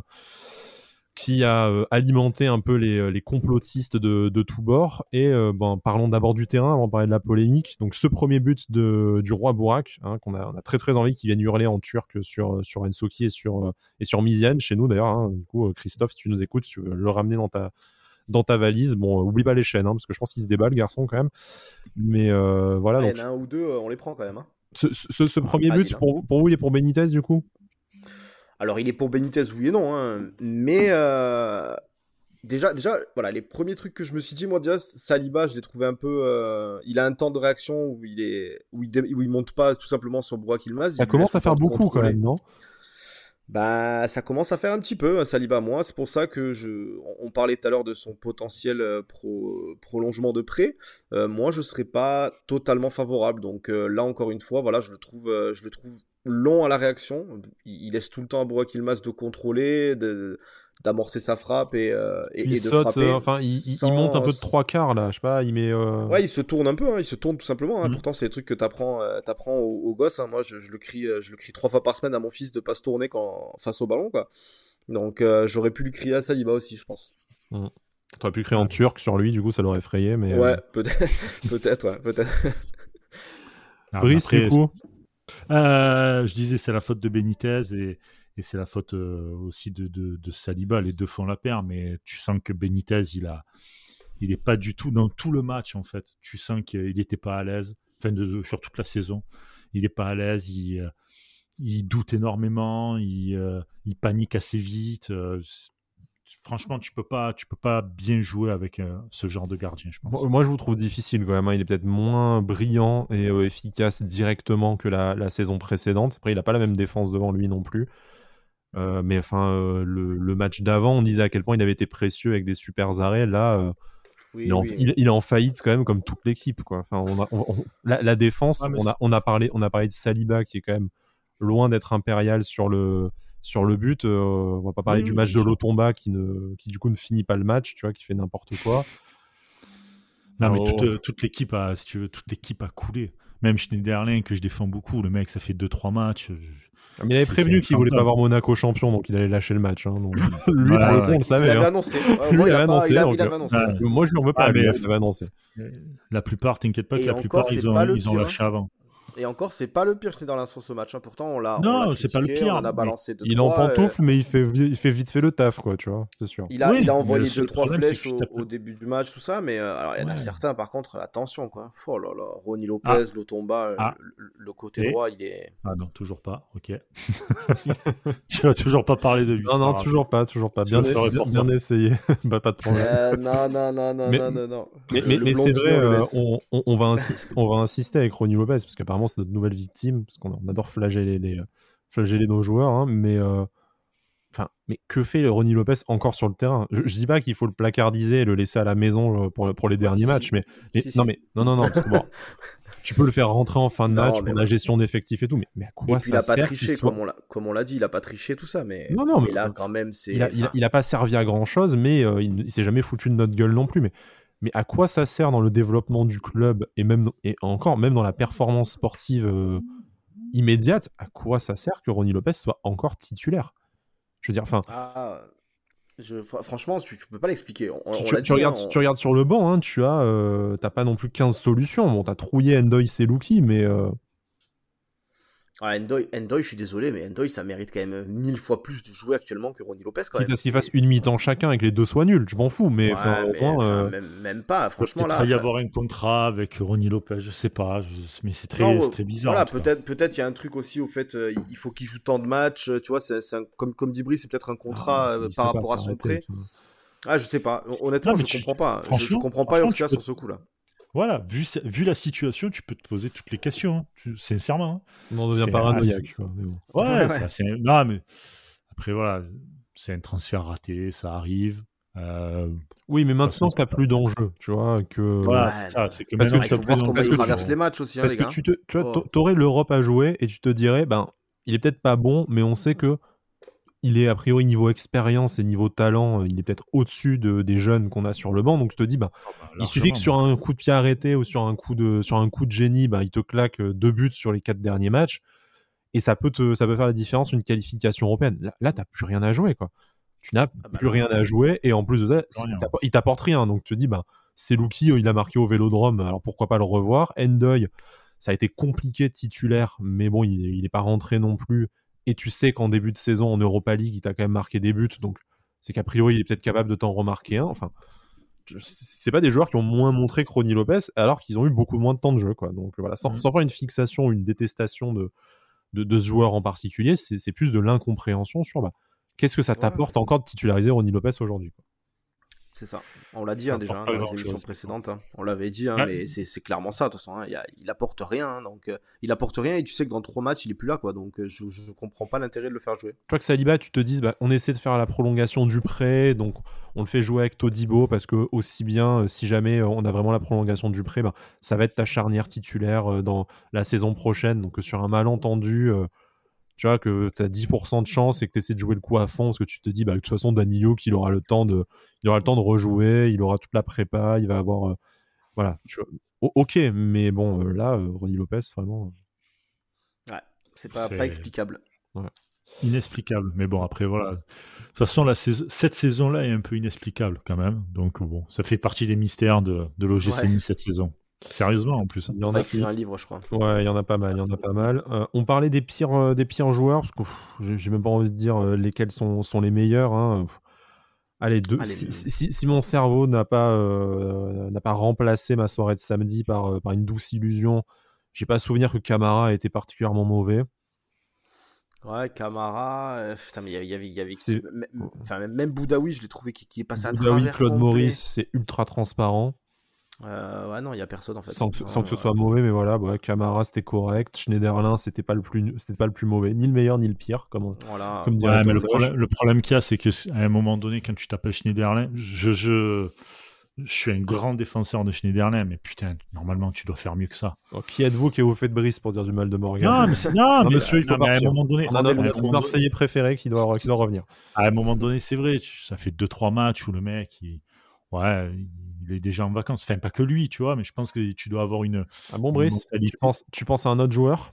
qui a euh, alimenté un peu les, les complotistes de, de tous bords. Et euh, ben, parlons d'abord du terrain avant de parler de la polémique. Donc ce premier but de, du Roi Bourak, hein, qu'on a, on a très très envie qu'il vienne hurler en turc sur, sur Ensoki et sur, et sur Miziane, chez nous d'ailleurs. Hein. Du coup, Christophe, si tu nous écoutes, si tu veux le ramener dans ta, dans ta valise, bon, euh, oublie pas les chaînes, hein, parce que je pense qu'il se débat, le garçon, quand même. Mais euh, voilà. Ah, donc, il y en a un ou deux, euh, on les prend quand même. Hein. Ce, ce, ce premier Ah, but, Lille, hein. pour vous, pour vous, il est pour Benitez, du coup? Alors, il est pour Benitez, oui et non, hein, mais euh, déjà, déjà, voilà, les premiers trucs que je me suis dit, moi, déjà, Saliba, je l'ai trouvé un peu. Euh, il a un temps de réaction où il est, où il, dé- où il monte pas tout simplement sur Burak Yilmaz. Ça Il lui commence laisse à le faire temps de beaucoup, quand contrôler. même, non? Bah, ça commence à faire un petit peu, Saliba. Moi, c'est pour ça que je. On parlait tout à l'heure de son potentiel euh, pro- prolongement de prêt. Euh, moi, je serais pas totalement favorable. Donc euh, là, encore une fois, voilà, je le trouve, euh, je le trouve long à la réaction. Il, il laisse tout le temps à Burak Yilmaz de contrôler, de- d'amorcer sa frappe et, euh, et, Puis il et de saute, frapper. euh, enfin, il, il- il sans... monte un peu de trois quarts, là, je sais pas, il met... euh, Ouais, il se tourne un peu, hein, il se tourne tout simplement. Hein. Mm. Pourtant, c'est des trucs que t'apprends, euh, t'apprends aux, aux gosses. Hein. Moi, je, je le crie, euh, je le crie trois fois par semaine à mon fils de pas se tourner quand face au ballon, quoi. Donc, euh, j'aurais pu lui crier à Saliba aussi, je pense. Mm. T'aurais pu créer en turc sur lui, du coup, ça l'aurait effrayé, mais... Ouais, euh, peut-être, peut-être, ouais, peut-être. Ah, Brice, après, du coup Euh, je disais, c'est la faute de Benitez et, et c'est la faute euh, aussi de, de, de Saliba. Les deux font la paire, mais tu sens que Benitez, il a, il est pas du tout dans tout le match en fait. Tu sens qu'il n'était pas à l'aise, enfin de, sur toute la saison, il est pas à l'aise, il, euh, il doute énormément, il, euh, il panique assez vite. euh, Franchement, tu peux pas, tu peux pas bien jouer avec euh, ce genre de gardien, je pense. Moi, moi, je vous trouve difficile quand même. Hein. Il est peut-être moins brillant et euh, efficace directement que la, la saison précédente. Après, il n'a pas la même défense devant lui non plus. Euh, mais enfin, euh, le, le match d'avant, on disait à quel point il avait été précieux avec des super arrêts. Là, euh, Oui, il, est en, oui. il, il est en faillite quand même, comme toute l'équipe, quoi. Enfin, on a, on- on- la, la défense, Ah, mais on a, on a parlé, on a parlé de Saliba qui est quand même loin d'être impérial sur le sur le but. Euh, on va pas parler Oui, du oui, match bien de sûr. Lotomba qui ne, qui du coup ne finit pas le match, tu vois, qui fait n'importe quoi. Non, mais Alors, toute, euh, toute l'équipe a, si tu veux, toute l'équipe a coulé. Même Schneiderlin, que je défends beaucoup, le mec, ça fait deux trois matchs. euh, mais il avait c'est- prévenu c'est qu'il voulait pas infantile. voir Monaco champion, donc il allait lâcher le match. Hein, donc, lui, Ouais, pour le ouais. coup, on le Il savait. avait hein. annoncé. Ouais, au Lui, moins, il il, a avait pas- annoncé, il a- donc, il avait euh, annoncé. Ouais. Ouais. Moi, je lui en veux pas, Ah, lui, mais- il avait annoncé. La plupart, t'inquiète pas, que Et la encore, plupart, c'est ils ont, pas le ils ont pire, lâché avant. Et encore, c'est pas le pire Schneiderlin sur ce match. Hein. Pourtant, on l'a, on Non, l'a c'est pas le critiqué, pire, on en a mais balancé deux Il est en trois. euh, pantoufle, mais il fait, vi- il fait vite fait le taf, quoi, tu vois, c'est sûr. Il a, Oui, il a mais envoyé le seul deux trois problème, c'est que flèches tu au, tapes- au début du match, tout ça, mais euh, alors il y en a Ouais. certains, par contre, attention, quoi. Oh là là, Ronny Lopez, Ah. Lotomba, euh, Ah. le, le côté Et- droit, il est. Ah non, toujours pas, ok. Tu vas toujours pas parler de lui. Non, c'est non, pas grave. toujours pas, toujours pas. Je Bien, le ferai bien, pour bien toi. essayé. Bah, pas de problème. Euh, non, non, non, non, Mais- non, non, non. Mais, Le- mais, le mais c'est blondinet, vrai, on le euh, laisse. on, on- on va insister, on va insister avec Ronny Lopez, parce qu'apparemment c'est notre nouvelle victime, parce qu'on on adore flageller, les, flageller nos joueurs, hein, mais, euh, enfin, mais que fait le Ronny Lopez encore sur le terrain? je, je dis pas qu'il faut le placardiser et le laisser à la maison euh, pour, pour les Ouais, derniers si, matchs, si. mais, mais Si, non, si. mais non, non, non, parce que bon, tu peux le faire rentrer en fin de Non, match mais pour la ouais. gestion d'effectifs et tout, mais, mais à quoi Et puis il ça a pas sert triché, qu'il soit- comme on l'a, comme on l'a dit, il a pas triché tout ça, mais, Non, non, mais mais- là quand même c'est. il a, il, a, enfin, il a pas servi à grand chose, mais euh, il, il s'est jamais foutu de notre gueule non plus. Mais, mais à quoi ça sert dans le développement du club et même et encore même dans la performance sportive euh, immédiate? À quoi ça sert que Ronny Lopez soit encore titulaire? Je veux dire, enfin, ah, je, fr- franchement, tu, tu peux pas l'expliquer. On, tu, on tu- l'a tu dit. regardes, hein, on- tu regardes sur le banc, hein, tu as, euh, t'as pas non plus quinze solutions. Bon, t'as trouillé Endoy Selouki, mais euh, Ah, Ndoye, Ndoye, je suis désolé, mais Ndoye, ça mérite quand même mille fois plus de jouer actuellement que Ronny Lopez. Quand Quitte même. à ce qu'ils C'est- fassent une c'est- mi-temps chacun et que les deux soient nuls, je m'en fous, mais enfin, Ouais, au mais moins, enfin, euh, même, même pas, franchement, Peut-être là. y enfin- avoir un contrat avec Ronny Lopez, je sais pas, je- mais c'est très, Non, c'est ouais, très bizarre. voilà, en tout cas. peut-être, peut-être il y a un truc aussi au fait, euh, il faut qu'il joue tant de matchs, euh, tu vois, c'est, c'est un- comme, comme dit Brice, c'est peut-être un ah, contrat ça euh, n'existe par pas, rapport à c'est son arrêté, prêt. tu vois. Ah, je sais pas, honnêtement, Non, mais je tu- comprends pas. Je, je franchement- comprends pas franchement, Urcia tu peux- sur ce coup-là. Voilà, vu, sa- vu la situation, tu peux te poser toutes les questions, hein, tu- sincèrement. hein. On en devient C'est paranoïaque, assez- quoi, mais bon. Ouais, Ouais, c'est ouais. assez- Non, mais après, voilà, c'est un transfert raté, ça arrive. Euh, Oui, mais maintenant façon, que t'as plus d'enjeu, tu vois, que Voilà, Ouais, c'est ça. C'est que Parce que maintenant, Ah, il tu faut as voir plus comment parce il que d'enjeu. tu- traverse les matchs aussi, hein, parce les que gars. tu te, tu vois, Oh. t'a- t'aurais l'Europe à jouer et tu te dirais, ben, il est peut-être pas bon, mais on sait que il est a priori niveau expérience et niveau talent, euh, il est peut-être au-dessus de, des jeunes qu'on a sur le banc. Donc tu te dis, ben, Ah bah, il suffit que largement, sur un coup de pied arrêté ou sur un coup de, sur un coup de génie, ben, il te claque euh, deux buts sur les quatre derniers matchs et ça peut, te, ça peut faire la différence, une qualification européenne. Là, là t'as plus rien à jouer, quoi. Tu n'as Ah bah plus là, rien à jouer et en plus de ça, Plus rien. il t'apporte- il t'apporte rien. Donc tu te dis, ben, c'est Luki, il a marqué au Vélodrome, alors pourquoi pas le revoir. Ndoye, ça a été compliqué titulaire, mais bon, il n'est pas rentré non plus. Et tu sais qu'en début de saison, en Europa League, il t'a quand même marqué des buts, donc c'est qu'a priori, il est peut-être capable de t'en remarquer un. Enfin, tu- c'est pas des joueurs qui ont moins montré que Ronny Lopez, alors qu'ils ont eu beaucoup moins de temps de jeu, quoi. Donc voilà, sans, Mhm. sans faire une fixation, une détestation de, de, de ce joueur en particulier, c'est c'est plus de l'incompréhension sur bah, qu'est-ce que ça Ouais. t'apporte encore de titulariser Ronny Lopez aujourd'hui, quoi. c'est ça. On l'a dit Ça hein, déjà apporte hein, pas dans les grand-chose. émissions précédentes. hein. On l'avait dit, hein, Ouais. mais c'est, c'est clairement ça. De toute façon, hein. il, y a- il apporte rien. hein, donc, euh, il apporte rien et tu sais que dans trois matchs, il est plus là, quoi. Donc, euh, je, je comprends pas l'intérêt de le faire jouer. Tu vois que Saliba, tu te dises, bah, on essaie de faire la prolongation du prêt, donc on le fait jouer avec Todibo, parce que aussi bien, euh, si jamais euh, on a vraiment la prolongation du prêt, bah, ça va être ta charnière titulaire euh, dans la saison prochaine. Donc euh, sur un malentendu, euh, tu vois, que tu as dix pour cent de chance et que tu essaies de jouer le coup à fond, parce que tu te dis, bah, de toute façon, Danilo, qu'il aura le temps de, il aura le temps de rejouer, il aura toute la prépa, il va avoir, euh, voilà, tu vois. O- ok, mais bon, euh, là, euh, Ronny Lopez, vraiment. Ouais, c'est pas, C'est- pas explicable. Inexplicable. Mais bon, après, voilà. De toute façon, la saison- cette saison-là est un peu inexplicable quand même. Donc, bon, ça fait partie des mystères de, de l'O G C Nice cette saison. Sérieusement, en plus. hein. Il y On en va a écrire un livre, je crois. Ouais, il y en a pas mal, il y en a pas mal. Euh, on parlait des pires, euh, des pires joueurs, parce que pff, j'ai j'ai même pas envie de dire euh, lesquels sont, sont les meilleurs. hein. Pff. Allez, deux, Allez, si, mais- si- si- si mon cerveau n'a pas, euh, n'a pas remplacé ma soirée de samedi par, euh, par une douce illusion, j'ai pas souvenir que Camara était particulièrement mauvais. Ouais, Camara. euh, putain, mais il y avait. il y avait, il y avait C'est- qui- même- Enfin, même, même Boudaoui, je l'ai trouvé qui, qui est passé à Boudaoui, travers. Claude complet. Maurice, c'est ultra transparent, Euh, ouais, non, il y a personne en fait. sans que, Ouais, sans que ce ouais. soit mauvais, mais voilà, ouais, Camara c'était correct, Schneiderlin c'était pas le plus, c'était pas le plus mauvais, ni le meilleur ni le pire, comme, Voilà. comme dirait Ouais, mais le Totoche. problème, le problème qu'il y a, c'est qu'à un moment donné, quand tu t'appelles Schneiderlin, je, je, je suis un grand défenseur de Schneiderlin, mais putain, normalement, tu dois faire mieux que ça. Oh, qui êtes-vous qui est au fait de Brice pour dire du mal de Morgan? Non, mais c'est, non, Non, mais, monsieur, il faut non, mais à un partir. moment donné, On a à un notre, moment notre donné- Marseillais préféré qui doit, qui doit revenir. à un moment donné, c'est vrai, tu- ça fait deux trois matchs où le mec, il, ouais, il est déjà en vacances. Enfin, pas que lui, tu vois, mais je pense que tu dois avoir une. Ah bon, une Brice, mentalité. tu penses, tu penses à un autre joueur?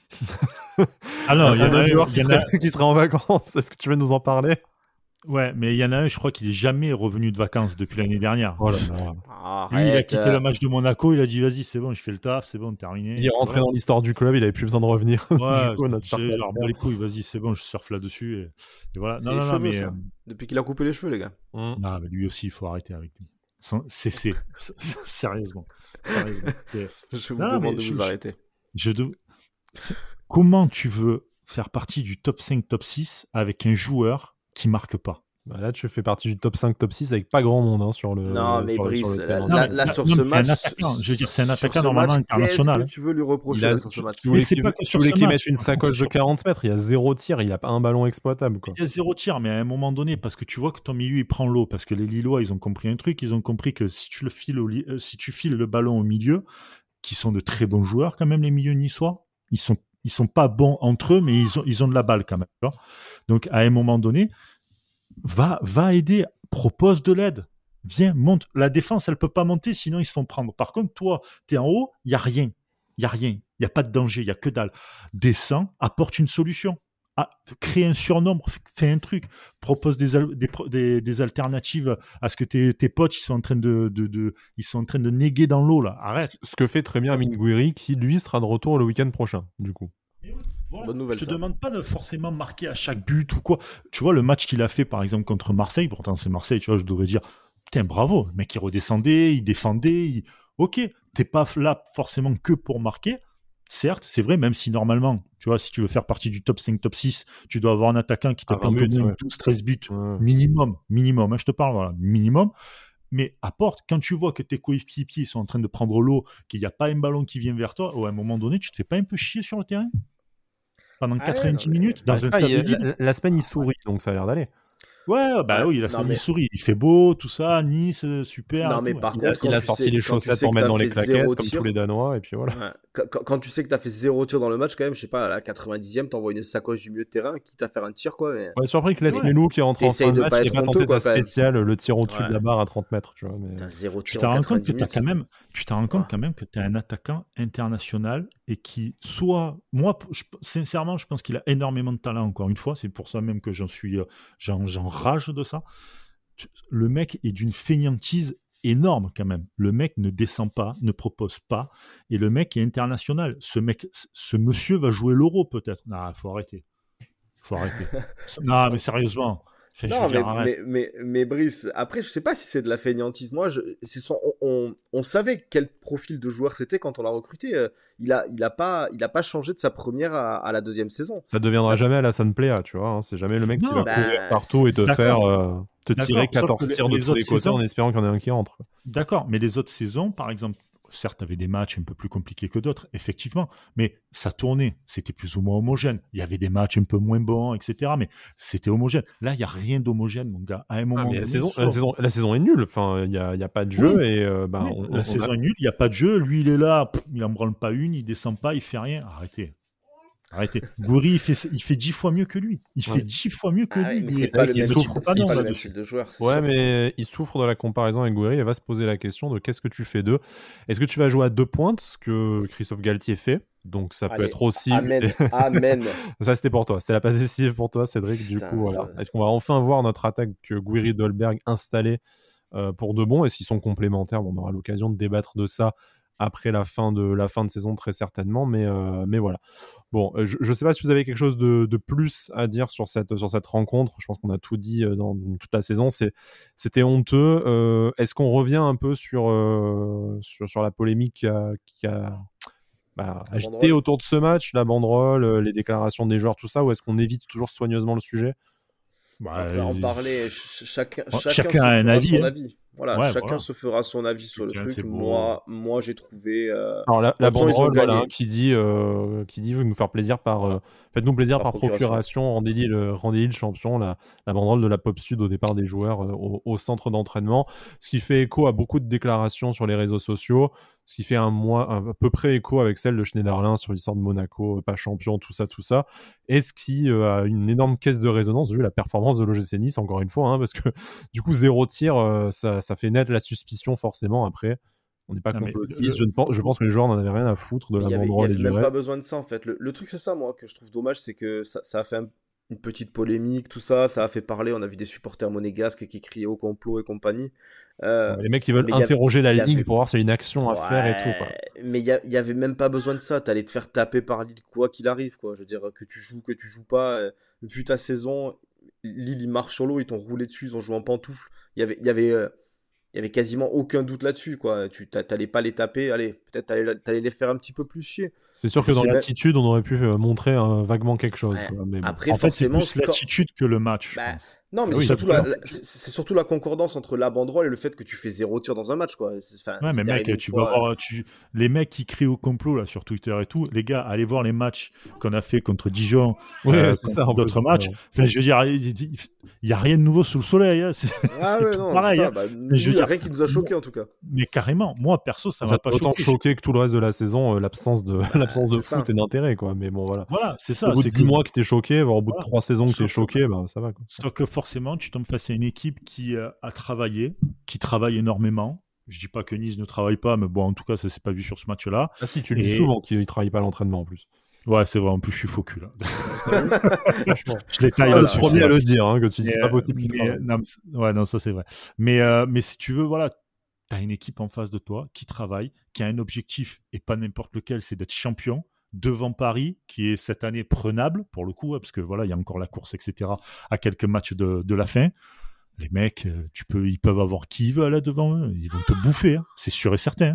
Ah non, il y un en a autre un, joueur il qui y en a- serait, qui serait en vacances. Est-ce que tu veux nous en parler? ouais, mais il y en a un, je crois qu'il est jamais revenu de vacances depuis l'année dernière. Oh là là. Lui, il a Arrête. quitté euh, le match de Monaco, il a dit vas-y, c'est bon, je fais le taf, c'est bon, terminé. Il est rentré dans l'histoire du club, il avait plus besoin de revenir. Ouais, du coup, notre cher j'ai genre, Casper. bah les couilles, vas-y, c'est bon, je surfe là-dessus. Et, et voilà. C'est Non, les non, non, cheveux, mais. ça. euh, Depuis qu'il a coupé les cheveux, les gars. Hum. non, mais lui aussi, il faut arrêter avec lui. Sans cesser. Sérieusement. Sérieusement. C'est- Je vous Non, demande mais de je- vous je- arrêter. Je dev- c'est- Comment tu veux faire partie du top cinq, top six avec un joueur qui marque pas? Bah là, tu fais partie du top cinq, top six avec pas grand monde hein, sur le. Non, mais sur le- Brice, sur le là, terrain. là, mais- là, non, sur mais ce c'est un match. attaquant. Je veux dire, c'est un sur attaquant ce normalement match, international. Qu'est-ce que tu veux lui reprocher Il a, là, sur ce tu, match tu voulais Mais c'est qu'il pas que tu sur voulais ce qu'il match, mette une c'est sacoche de sur- quarante mètres, il y a zéro tir, il a pas un ballon exploitable. Quoi. Il y a zéro tir, mais à un moment donné, parce que tu vois que ton milieu il prend l'eau, parce que les Lillois ils ont compris un truc, ils ont compris que si tu le files, au li- euh, si tu files le ballon au milieu, qui sont de très bons joueurs quand même les milieux niçois, ils sont ils sont pas bons entre eux, mais ils ont ils ont de la balle quand même. Tu vois. Donc à un moment donné, va va aider, propose de l'aide. Viens, monte. La défense, elle peut pas monter, sinon ils se font prendre. Par contre, toi, tu es en haut, il y a rien. Il y a rien. Il y a pas de danger, il y a que dalle. Descends, apporte une solution. Ah, crée un surnombre, f- fais un truc. Propose des, al- des, pro- des, des alternatives à ce que tes, tes potes ils sont en train de, de, de- ils sont en train de néguer dans l'eau là. Arrête. Ce que fait très bien Amine Gouiri, qui lui sera de retour le week-end prochain, du coup. Voilà. Bonne nouvelle, Je te ça. demande pas de forcément marquer à chaque but ou quoi. Tu vois, le match qu'il a fait, par exemple, contre Marseille, pourtant c'est Marseille, tu vois, je devrais dire, putain, bravo, le mec, il redescendait, il défendait, il... ok, t'es pas là forcément que pour marquer. Certes, c'est vrai, même si normalement, tu vois, si tu veux faire partie du top cinq, top six, tu dois avoir un attaquant qui te Ah, plante vingt au moins buts, ouais. douze treize buts, Ouais. minimum, minimum, hein, je te parle, voilà, minimum. Mais apporte, quand tu vois que tes coéquipiers sont en train de prendre l'eau, qu'il n'y a pas un ballon qui vient vers toi, ou à un moment donné, tu te fais pas un peu chier sur le terrain pendant Ah ouais, non, quatre-vingt-dix mais... minutes Bah, dans je sais un pas, stade il- vide? la, la semaine, il sourit, donc ça a l'air d'aller. Ouais, bah Ouais, oui, la non, semaine mais... il sourit, il fait beau, tout ça, Nice, euh, super. Non, et mais tout, ouais. par Il a, contre, il quand a tu sorti sais, les quand tu chaussettes sais pour que mettre t'as dans les fait claquettes, zéro comme tir, tous les Danois, et puis voilà. ouais, quand, quand- quand tu sais que t'as fait zéro tir dans le match, quand même, je sais pas, à la quatre-vingt-dixième, t'envoies une sacoche du milieu de terrain, quitte à faire un tir, quoi. Mais Ouais, surpris que Les Ouais. Melou, qui rentre en fin t'essayes de de match, pas n'ait être pas honteux, tenté sa quoi, quand même. spéciale, le tir au-dessus Ouais. de la barre à trente mètres, tu vois. Mais... T'as zéro Tu tir t'en en rends compte que quatre-vingt-dix t'as minutes. quand même, tu t'en rends compte Ouais. quand même que tu es un attaquant international et qui soit, moi, je- sincèrement, je pense qu'il a énormément de talent. Encore une fois, c'est pour ça même que j'en suis, euh, j'en, j'en rage de ça. Tu- Le mec est d'une fainéantise énorme quand même. Le mec ne descend pas, ne propose pas, et le mec est international. Ce mec, ce monsieur va jouer l'Euro peut-être. Non, faut arrêter. Faut arrêter. Non, mais sérieusement. Enfin, je veux Non, mais, dire, arrête. mais, mais, mais Brice, après, je sais pas si c'est de la fainéantise. Moi, je, c'est son, on, on, on savait quel profil de joueur c'était quand on l'a recruté. Euh, Il a, il a pas, il a pas changé de sa première à, à la deuxième saison. Ça deviendra Là, jamais Alassane Plea, tu vois. Hein. C'est jamais le mec qui va Non, courir bah, partout et te c'est- faire d'accord. euh, te tirer D'accord. Sauf que quatorze les, tirs de les tous les autres côtés en saisons, espérant qu'il y en ait un qui rentre. d'accord, mais les autres saisons, par exemple, certes, tu avais des matchs un peu plus compliqués que d'autres, effectivement, mais ça tournait, c'était plus ou moins homogène. Il y avait des matchs un peu moins bons, et cetera, mais c'était homogène. Là, il n'y a rien d'homogène, mon gars. À un Ah, moment mais la donné, saison, la, soit... saison, la saison est nulle. Enfin, il n'y a, y a pas de jeu Oui, et euh, bah, oui, on, la on saison a... est nulle, il n'y a pas de jeu. Lui, il est là, pff, il en branle pas une, il descend pas, il fait rien. Arrêtez. Arrêtez. Goury, il fait, il fait dix fois mieux que lui. Il Ouais. fait dix fois mieux que ah ouais, lui. mais Goury. c'est pas le qu'il même souffre style, pas c'est non pas le même là-dessus. style de joueur, c'est Ouais, sûr. mais il souffre de la comparaison avec Gouiri et va se poser la question de qu'est-ce que tu fais d'eux. Est-ce que tu vas jouer à deux pointes, ce que Christophe Galtier fait? Donc ça peut Allez, être aussi... amen, amen. Ça, c'était pour toi. C'était la passe décisive pour toi, Cédric. Du coup, Putain, voilà. ça... Est-ce qu'on va enfin voir notre attaque Gouiri-Dolberg installée euh, pour de bon? Est-ce qu'ils sont complémentaires? Bon, on aura l'occasion de débattre de ça après la fin de, la fin de saison, très certainement. Mais, euh, mais voilà. Bon, euh, je ne sais pas si vous avez quelque chose de, de plus à dire sur cette, sur cette rencontre. Je pense qu'on a tout dit euh, dans, dans toute la saison. C'est, c'était honteux. Euh, est-ce qu'on revient un peu sur, euh, sur, sur la polémique qui a... Qui a bah, La agité banderole. autour de ce match, la banderole, euh, les déclarations des joueurs, tout ça, ou est-ce qu'on évite toujours soigneusement le sujet? Bah, Après, en euh, parler, ch- chacun, bon, chacun chacun se a un fera avis. son Hein. avis. Voilà, Ouais, chacun voilà. se fera son avis sur le Tiens, truc. c'est beau. Moi, moi j'ai trouvé. Euh... Alors la, Bon, la de toute façon, ils ont banderole, voilà, hein, gagné qui dit, euh, qui dit nous faire plaisir par, euh, faites-nous plaisir par par procuration. procuration, rendez-lui le, rendez le champion, la, la banderole de la Pop Sud au départ des joueurs euh, au, au centre d'entraînement, ce qui fait écho à beaucoup de déclarations sur les réseaux sociaux, ce qui fait un mois, à peu près écho avec celle de Schneiderlin sur l'histoire de Monaco, euh, pas champion, tout ça, tout ça, et ce qui euh, a une énorme caisse de résonance vu la performance de l'O G C Nice, encore une fois, hein, parce que du coup zéro tir, euh, ça, ça fait naître la suspicion forcément après. On n'est pas Non, mais complotiste. le- Je, ne pense, je pense que les joueurs n'en avaient rien à foutre de Mais la il y avait, il y banderole et avait du même pas reste. besoin de ça en fait. Le, le truc c'est ça moi que je trouve dommage, c'est que ça, ça a fait un- une petite polémique, tout ça, ça a fait parler. On a vu des supporters monégasques qui criaient au complot et compagnie. Euh, Les mecs qui veulent mais il y avait- interroger la il y ligne avait- pour voir s'il y a une action à faire et tout, quoi. Ouais, mais il y, a- il y avait même pas besoin de ça. T'allais te faire taper par Lille quoi qu'il arrive, quoi. Je veux dire que tu joues, que tu joues pas. euh, vu ta saison, Lille ils marchent sur l'eau, ils t'ont roulé dessus, ils ont joué en pantoufles. Il y avait, il y avait, euh, il y avait quasiment aucun doute là-dessus, quoi. Tu t'a- t'allais pas les taper, allez, peut-être t'allais, t'allais les faire un petit peu plus chier. C'est sûr Je que dans sais même- l'attitude, on aurait pu euh, montrer euh, vaguement quelque chose, Ouais. quoi. Mais bon. Après, En fait, c'est forcément, plus quand- l'attitude que le match, je Bah, pense. non, mais Ah c'est oui, surtout ça la, peut- la- c'est c'est surtout la concordance entre la banderole et le fait que tu fais zéro tir dans un match, quoi. C'est, enfin, Ouais, mais c'était mec, arrivé une tu fois, vas voir, tu... les mecs qui crient au complot là sur Twitter et tout, les gars, allez voir les matchs qu'on a fait contre Dijon, Oui, euh, c'est contre ça, en d'autres plus, matchs. ouais. Enfin, je veux dire, il n'y a rien de nouveau sous le soleil. Hein. C'est Ah c'est ouais, tout non, pareil. c'est ça. Hein. Bah, Mais nous, je veux il y a dire, rien qui nous a choqué en tout cas. mais carrément, moi perso, ça Ça m'a t'a pas autant choqué. choqué que tout le reste de la saison, euh, l'absence de, l'absence de c'est ça. foot et d'intérêt, quoi. Mais bon, voilà. Voilà, c'est Au ça. bout de c'est dix que... mois que t'es choqué, voire au bout Voilà. de trois saisons que t'es Sauf que- choqué, bah, ça va, quoi. Sauf que forcément, tu tombes face à une équipe qui euh, a travaillé, qui travaille énormément. Je dis pas que Nice ne travaille pas, mais bon, en tout cas, ça s'est pas vu sur ce match-là. Ah si, tu le dis Et- souvent qu'il travaille pas à l'entraînement, en plus. Ouais, c'est vrai. En plus, je suis faux cul là. Franchement. Je les taille Ah, le là-dessus, premier c'est à vrai. le dire, hein, que tu dis Mais, c'est pas euh, possible qu'il mais, travaille. non, mais c'est- ouais, non, ça c'est vrai. Mais, euh, mais si tu veux, voilà, tu as une équipe en face de toi qui travaille, qui a un objectif et pas n'importe lequel, c'est d'être champion. devant Paris, qui est cette année prenable, pour le coup, hein, parce que voilà, il y a encore la course, et cetera, à quelques matchs de, de la fin. Les mecs, tu peux, ils peuvent avoir qui ils veulent là devant eux, ils vont te bouffer, hein, c'est sûr et certain. Hein.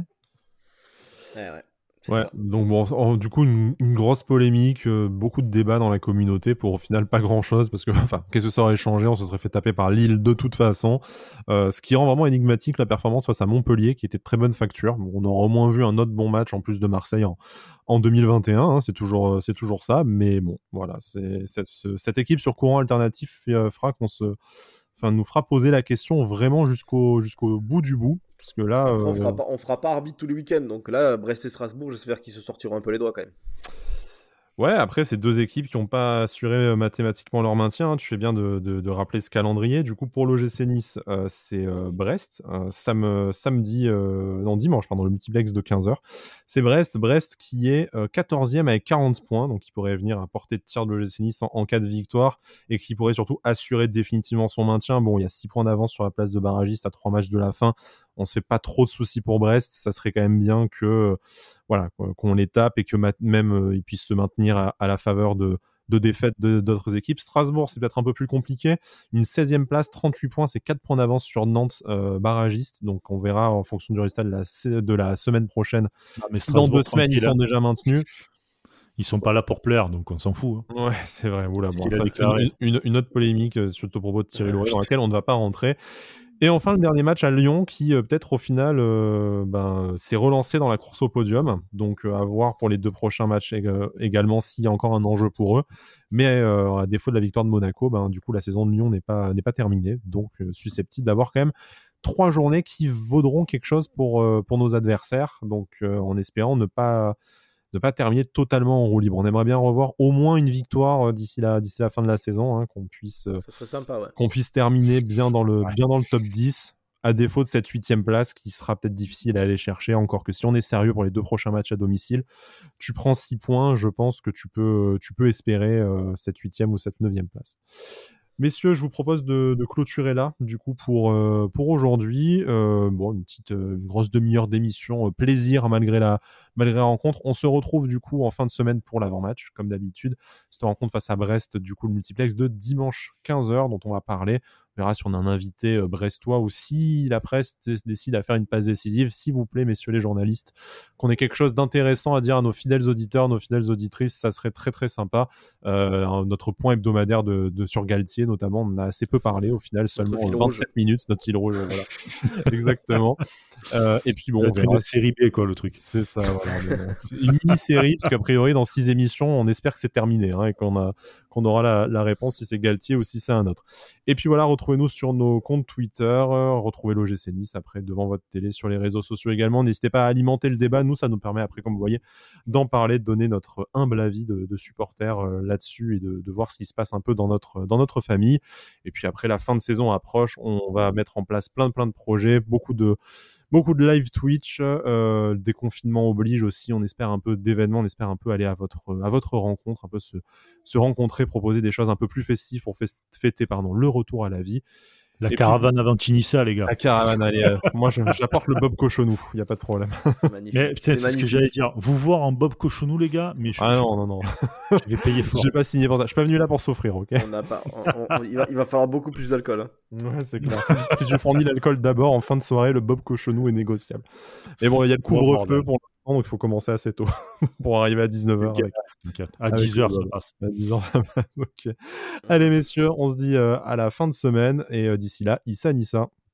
Ouais, ouais. Ouais, ça. Donc bon, en, du coup, une, une grosse polémique, euh, beaucoup de débats dans la communauté pour au final pas grand-chose, parce que, enfin, qu'est-ce que ça aurait changé? On se serait fait taper par Lille de toute façon. Euh, ce qui rend vraiment énigmatique la performance face à Montpellier, qui était de très bonne facture. On aura au moins vu un autre bon match en plus de Marseille en, en deux mille vingt et un, hein, c'est toujours, c'est toujours ça, mais bon, voilà, c'est, cette, ce, cette équipe sur courant alternatif euh, fera qu'on se... Enfin, nous fera poser la question vraiment jusqu'au, jusqu'au bout du bout. Parce que là, Après, euh... on fera pas, on fera pas arbitre tous les week-ends. Donc là, Brest et Strasbourg, j'espère qu'ils se sortiront un peu les doigts quand même. Ouais, après, c'est deux équipes qui n'ont pas assuré mathématiquement leur maintien. Hein. Tu fais bien de, de, de rappeler ce calendrier. Du coup, pour l'O G C Nice, euh, c'est euh, Brest. Euh, sam, samedi, euh, non, dimanche, pardon, le multiplex de quinze heures. C'est Brest. Brest qui est euh, quatorzième avec quarante points. Donc, qui pourrait venir à portée de tir de l'O G C Nice en, en cas de victoire. Et qui pourrait surtout assurer définitivement son maintien. Bon, il y a six points d'avance sur la place de barragiste à trois matchs de la fin. On se fait pas trop de soucis pour Brest. Ça serait quand même bien que, euh, voilà, qu'on les tape et que ma- même euh, ils puissent se maintenir à, à la faveur de, de défaites de, d'autres équipes. Strasbourg, c'est peut-être un peu plus compliqué. Une seizième place, trente-huit points, c'est quatre points d'avance sur Nantes, euh, barragiste. Donc on verra en fonction du résultat de la, de la semaine prochaine. Ah, mais si dans deux semaines ils sont déjà maintenus. Ils sont pas là pour plaire, donc on s'en fout. Hein. Ouais, c'est vrai. Oula, bon, ça, une, une, une autre polémique, euh, surtout au propos de Thierry Lauré, dans laquelle on ne va pas rentrer. Et enfin, le dernier match à Lyon qui, euh, peut-être au final, euh, ben, s'est relancé dans la course au podium. Donc, euh, à voir pour les deux prochains matchs ég- également s'il y a encore un enjeu pour eux. Mais euh, à défaut de la victoire de Monaco, ben, du coup, la saison de Lyon n'est pas, n'est pas terminée. Donc, euh, susceptible d'avoir quand même trois journées qui vaudront quelque chose pour, euh, pour nos adversaires. Donc, euh, en espérant ne pas... de pas terminer totalement en roue libre. On aimerait bien revoir au moins une victoire d'ici la, d'ici la fin de la saison, hein, qu'on puisse, ça serait sympa, ouais. qu'on puisse terminer bien dans le, ouais. bien dans le top dix, à défaut de cette huitième place qui sera peut-être difficile à aller chercher, encore que si on est sérieux pour les deux prochains matchs à domicile, tu prends six points, je pense que tu peux, tu peux espérer euh, cette huitième ou cette neuvième place. Messieurs, je vous propose de, de clôturer là, du coup, pour, euh, pour aujourd'hui. Euh, bon, une petite, euh, une grosse demi-heure d'émission, euh, plaisir malgré la, malgré la rencontre. On se retrouve, du coup, en fin de semaine pour l'avant-match, comme d'habitude. Cette rencontre face à Brest, du coup, le multiplex de dimanche quinze heures, dont on va parler. On verra si on a un invité euh, brestois ou si la presse d- décide à faire une passe décisive. S'il vous plaît, messieurs les journalistes, qu'on ait quelque chose d'intéressant à dire à nos fidèles auditeurs, nos fidèles auditrices, ça serait très très sympa. Euh, notre point hebdomadaire de, de sur Galtier, notamment, on en a assez peu parlé au final, seulement vingt-sept minutes, notre fil rouge, voilà. Exactement. Euh, et puis bon, on verra une série B, quoi, le truc. C'est ça, voilà. Bon, c'est une mini-série, parce qu'a priori, dans six émissions, on espère que c'est terminé, hein, et qu'on a, qu'on aura la, la réponse si c'est Galtier ou si c'est un autre. Et puis voilà, retrouvez-nous sur nos comptes Twitter, euh, retrouvez l'O G C Nice après devant votre télé, sur les réseaux sociaux également. N'hésitez pas à alimenter le débat. Nous, ça nous permet après, comme vous voyez, d'en parler, de donner notre humble avis de, de supporters euh, là-dessus et de, de voir ce qui se passe un peu dans notre, dans notre famille. Et puis après, la fin de saison approche, on va mettre en place plein, plein de projets, beaucoup de Beaucoup de live Twitch, euh, des confinements oblige aussi, on espère un peu d'événements, on espère un peu aller à votre, à votre rencontre, un peu se, se rencontrer, proposer des choses un peu plus festives pour fêter pardon, le retour à la vie. La et caravane puis, avant Tinissa, les gars. La caravane, allez, euh, moi je, j'apporte le Bob Cochonou, il n'y a pas de problème. C'est magnifique. Mais peut-être c'est, c'est ce que j'allais dire. Vous voir en Bob Cochonou, les gars, mais je, ah je, non, non, non. Je vais payer fort. Je vais pas signer pour ça. Je suis pas venu là pour s'offrir, ok. On a pas, on, on, on, il, va, il va falloir beaucoup plus d'alcool. Hein. Ouais, c'est clair. Si tu fournis l'alcool d'abord, en fin de soirée, le Bob Cochonou est négociable. Mais bon, il y a le couvre-feu pour l'instant, donc il faut commencer assez tôt pour arriver à dix-neuf heures. Avec... À dix heures, ça passe. À dix heures, ça passe. Ok. Allez, messieurs, on se dit euh, à la fin de semaine et euh, d'ici là, Issa Nissa.